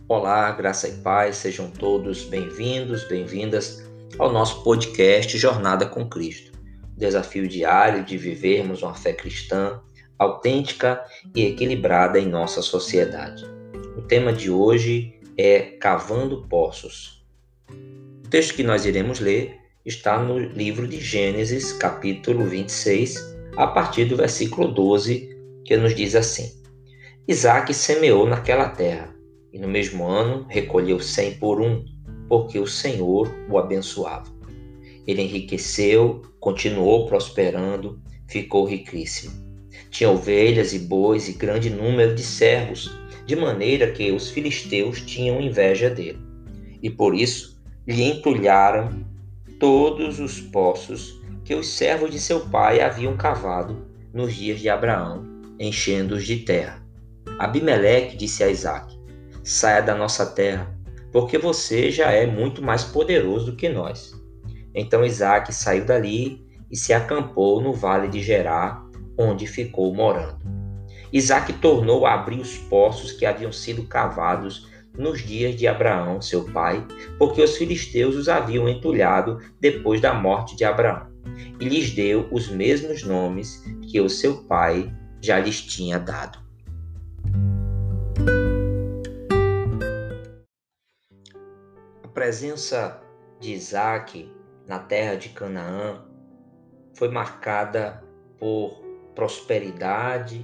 Olá, graça e paz, sejam todos bem-vindos, bem-vindas ao nosso podcast Jornada com Cristo. O desafio diário de vivermos uma fé cristã autêntica e equilibrada em nossa sociedade. O tema de hoje é Cavando Poços. O texto que nós iremos ler está no livro de Gênesis, capítulo 26, a partir do versículo 12, que nos diz assim: Isaque semeou naquela terra, e no mesmo ano recolheu 100 por um, porque o Senhor o abençoava. Ele enriqueceu, continuou prosperando, ficou riquíssimo. Tinha ovelhas e bois e grande número de servos, de maneira que os filisteus tinham inveja dele. E por isso lhe entulharam todos os poços que os servos de seu pai haviam cavado nos dias de Abraão, enchendo-os de terra. Abimeleque disse a Isaque: Saia da nossa terra, porque você já é muito mais poderoso do que nós. Então Isaque saiu dali e se acampou no vale de Gerar, onde ficou morando. Isaque tornou a abrir os poços que haviam sido cavados nos dias de Abraão, seu pai, porque os filisteus os haviam entulhado depois da morte de Abraão, e lhes deu os mesmos nomes que o seu pai já lhes tinha dado. A presença de Isaque na terra de Canaã foi marcada por prosperidade,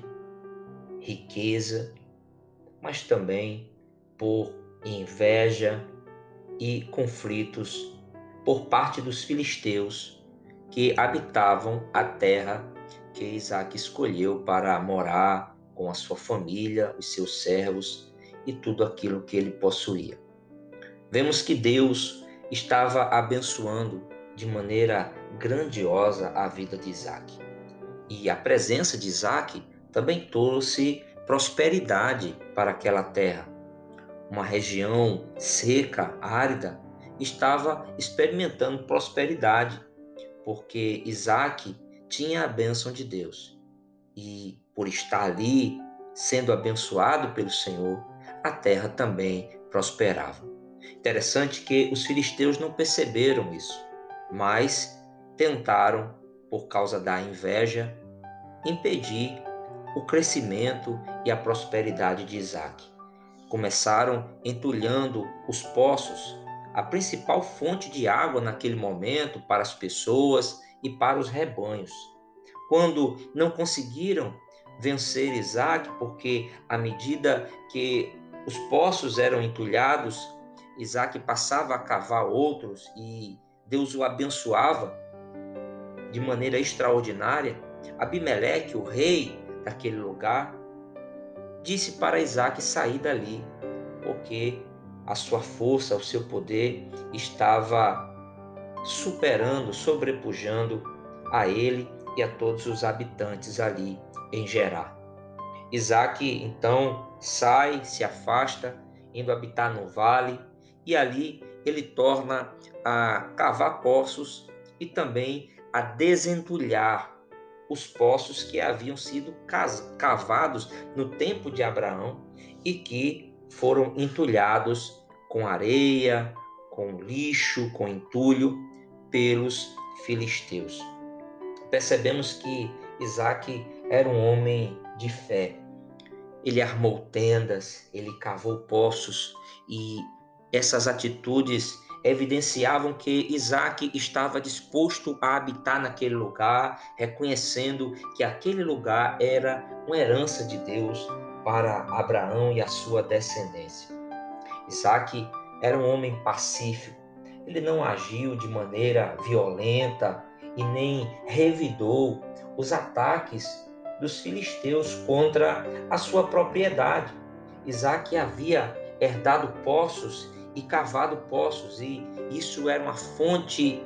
riqueza, mas também por inveja e conflitos por parte dos filisteus que habitavam a terra que Isaque escolheu para morar com a sua família, os seus servos e tudo aquilo que ele possuía. Vemos que Deus estava abençoando de maneira grandiosa a vida de Isaque. E a presença de Isaque também trouxe prosperidade para aquela terra. Uma região seca, árida, estava experimentando prosperidade, porque Isaque tinha a bênção de Deus. E por estar ali, sendo abençoado pelo Senhor, a terra também prosperava. Interessante que os filisteus não perceberam isso, mas tentaram, por causa da inveja, impedir o crescimento e a prosperidade de Isaque. Começaram entulhando os poços, a principal fonte de água naquele momento para as pessoas e para os rebanhos. Quando não conseguiram vencer Isaque, porque à medida que os poços eram entulhados, Isaque passava a cavar outros e Deus o abençoava de maneira extraordinária. Abimeleque, o rei daquele lugar, disse para Isaque sair dali, porque a sua força, o seu poder estava superando, sobrepujando a ele e a todos os habitantes ali em Gerar. Isaque então sai, se afasta, indo habitar no vale, e ali ele torna a cavar poços e também a desentulhar os poços que haviam sido cavados no tempo de Abraão e que foram entulhados com areia, com lixo, com entulho pelos filisteus. Percebemos que Isaque era um homem de fé. Ele armou tendas, ele cavou poços e essas atitudes evidenciavam que Isaque estava disposto a habitar naquele lugar, reconhecendo que aquele lugar era uma herança de Deus para Abraão e a sua descendência. Isaque era um homem pacífico, ele não agiu de maneira violenta e nem revidou os ataques dos filisteus contra a sua propriedade. Isaque havia herdado poços e cavado poços, e isso era uma fonte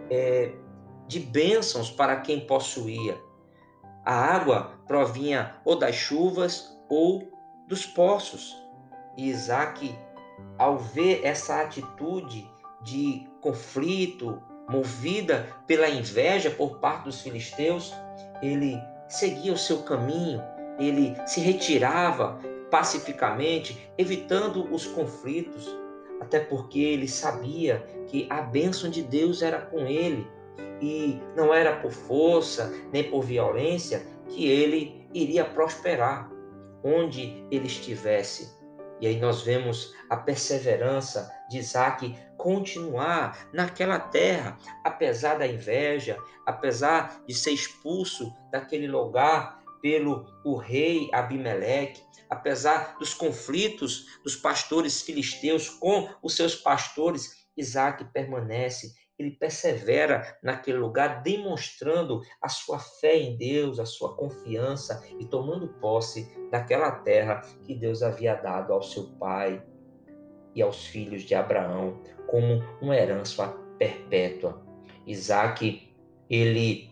de bênçãos para quem possuía. A água provinha ou das chuvas ou dos poços. E Isaque, ao ver essa atitude de conflito, movida pela inveja por parte dos filisteus, ele seguia o seu caminho, ele se retirava pacificamente, evitando os conflitos, até porque ele sabia que a bênção de Deus era com ele e não era por força nem por violência que ele iria prosperar onde ele estivesse. E aí nós vemos a perseverança de Isaac continuar naquela terra, apesar da inveja, apesar de ser expulso daquele lugar pelo o rei Abimeleque, apesar dos conflitos dos pastores filisteus com os seus pastores, Isaac permanece, ele persevera naquele lugar, demonstrando a sua fé em Deus, a sua confiança e tomando posse daquela terra que Deus havia dado ao seu pai e aos filhos de Abraão como uma herança perpétua. Isaac, ele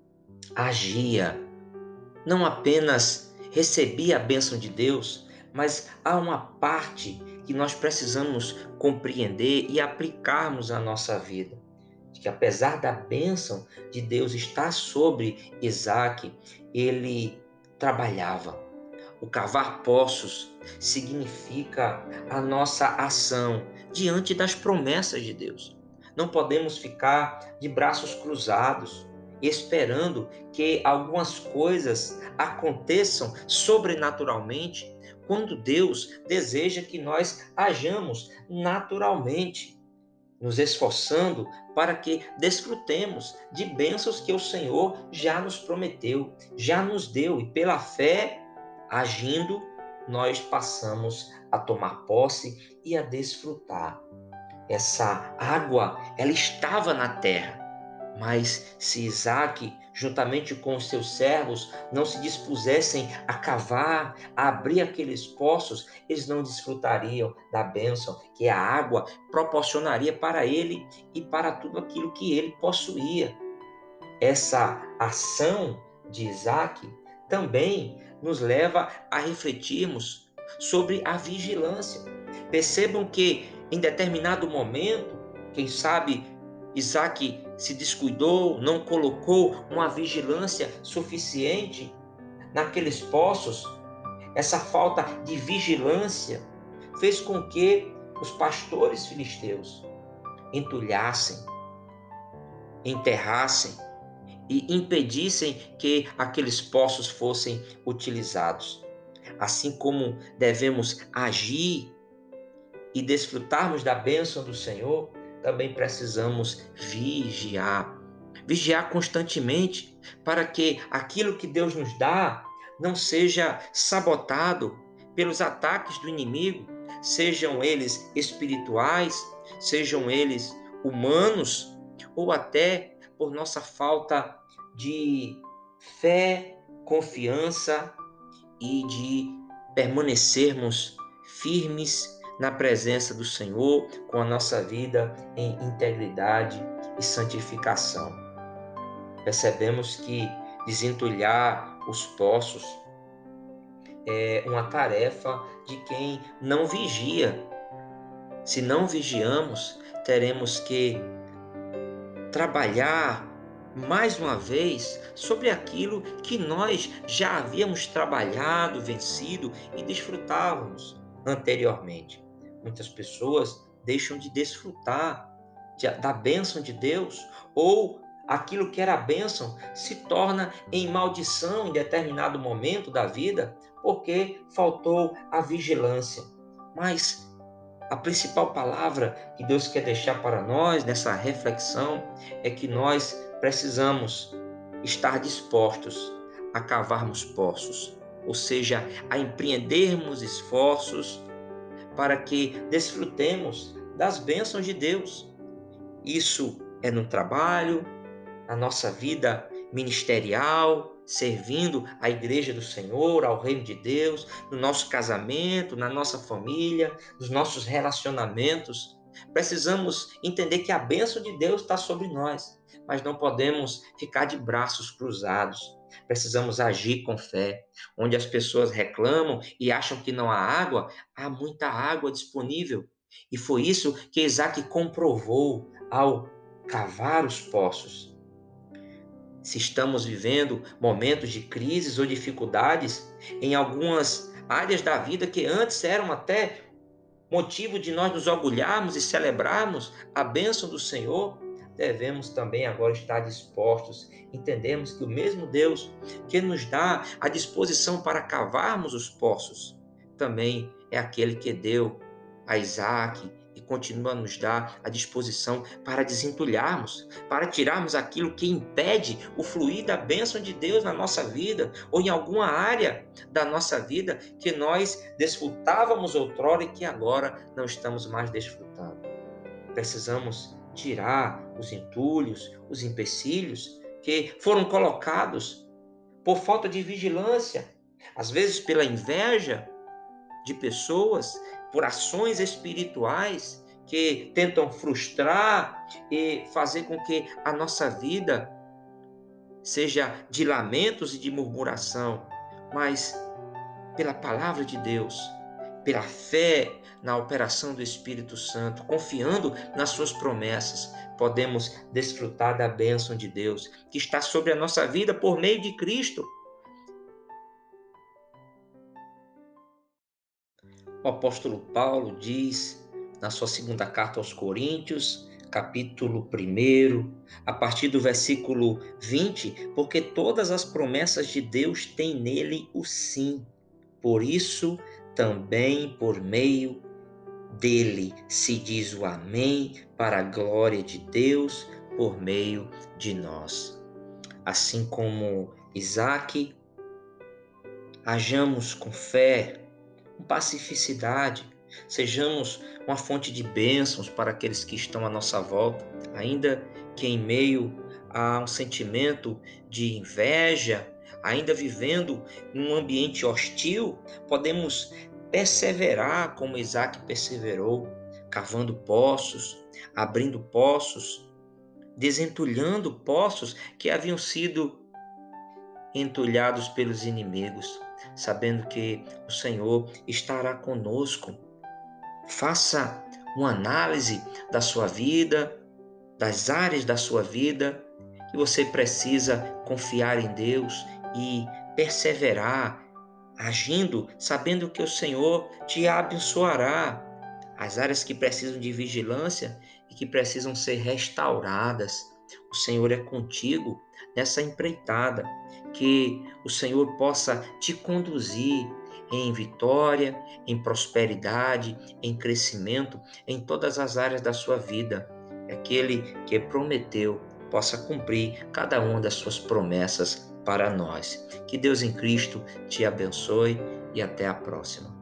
agia, não apenas recebia a bênção de Deus, mas há uma parte que nós precisamos compreender e aplicarmos à nossa vida. De que apesar da bênção de Deus estar sobre Isaac, ele trabalhava. O cavar poços significa a nossa ação diante das promessas de Deus. Não podemos ficar de braços cruzados, esperando que algumas coisas aconteçam sobrenaturalmente, quando Deus deseja que nós hajamos naturalmente, nos esforçando para que desfrutemos de bênçãos que o Senhor já nos prometeu, já nos deu, e pela fé, agindo, nós passamos a tomar posse e a desfrutar. Essa água, ela estava na terra, mas se Isaac, juntamente com os seus servos, não se dispusessem a cavar, a abrir aqueles poços, eles não desfrutariam da bênção que a água proporcionaria para ele e para tudo aquilo que ele possuía. Essa ação de Isaac também nos leva a refletirmos sobre a vigilância. Percebam que em determinado momento, quem sabe Isaac se descuidou, não colocou uma vigilância suficiente naqueles poços. Essa falta de vigilância fez com que os pastores filisteus entulhassem, enterrassem e impedissem que aqueles poços fossem utilizados. Assim como devemos agir e desfrutarmos da bênção do Senhor, também precisamos vigiar. Vigiar constantemente para que aquilo que Deus nos dá não seja sabotado pelos ataques do inimigo, sejam eles espirituais, sejam eles humanos, ou até por nossa falta de fé, confiança e de permanecermos firmes na presença do Senhor, com a nossa vida em integridade e santificação. Percebemos que desentulhar os poços é uma tarefa de quem não vigia. Se não vigiamos, teremos que trabalhar mais uma vez sobre aquilo que nós já havíamos trabalhado, vencido e desfrutávamos anteriormente. Muitas pessoas deixam de desfrutar da bênção de Deus, ou aquilo que era bênção se torna em maldição em determinado momento da vida, porque faltou a vigilância. Mas a principal palavra que Deus quer deixar para nós nessa reflexão é que nós precisamos estar dispostos a cavarmos poços, ou seja, a empreendermos esforços para que desfrutemos das bênçãos de Deus. Isso é no trabalho, na nossa vida ministerial, servindo à igreja do Senhor, ao reino de Deus, no nosso casamento, na nossa família, nos nossos relacionamentos. Precisamos entender que a bênção de Deus está sobre nós, mas não podemos ficar de braços cruzados. Precisamos agir com fé. Onde as pessoas reclamam e acham que não há água, há muita água disponível. E foi isso que Isaac comprovou ao cavar os poços. Se estamos vivendo momentos de crises ou dificuldades, em algumas áreas da vida que antes eram até motivo de nós nos orgulharmos e celebrarmos a bênção do Senhor, devemos também agora estar dispostos. Entendemos que o mesmo Deus que nos dá a disposição para cavarmos os poços, também é aquele que deu a Isaac e continua a nos dar a disposição para desentulharmos, para tirarmos aquilo que impede o fluir da bênção de Deus na nossa vida, ou em alguma área da nossa vida que nós desfrutávamos outrora e que agora não estamos mais desfrutando. Precisamos tirar os entulhos, os empecilhos que foram colocados por falta de vigilância, às vezes pela inveja de pessoas, por ações espirituais que tentam frustrar e fazer com que a nossa vida seja de lamentos e de murmuração, mas pela palavra de Deus, pela fé na operação do Espírito Santo, confiando nas suas promessas, podemos desfrutar da bênção de Deus que está sobre a nossa vida por meio de Cristo. O apóstolo Paulo diz na sua segunda carta aos Coríntios, capítulo 1, a partir do versículo 20, porque todas as promessas de Deus têm nele o sim. Por isso, também por meio dele se diz o amém para a glória de Deus por meio de nós. Assim como Isaac, hajamos com fé, com pacificidade, sejamos uma fonte de bênçãos para aqueles que estão à nossa volta, ainda que em meio a um sentimento de inveja, ainda vivendo em um ambiente hostil, podemos perseverar como Isaac perseverou, cavando poços, abrindo poços, desentulhando poços que haviam sido entulhados pelos inimigos, sabendo que o Senhor estará conosco. Faça uma análise da sua vida, das áreas da sua vida, que você precisa confiar em Deus e perseverar, agindo, sabendo que o Senhor te abençoará. As áreas que precisam de vigilância e que precisam ser restauradas. O Senhor é contigo nessa empreitada, que o Senhor possa te conduzir em vitória, em prosperidade, em crescimento, em todas as áreas da sua vida. Aquele que prometeu possa cumprir cada uma das suas promessas para nós. Que Deus em Cristo te abençoe e até a próxima.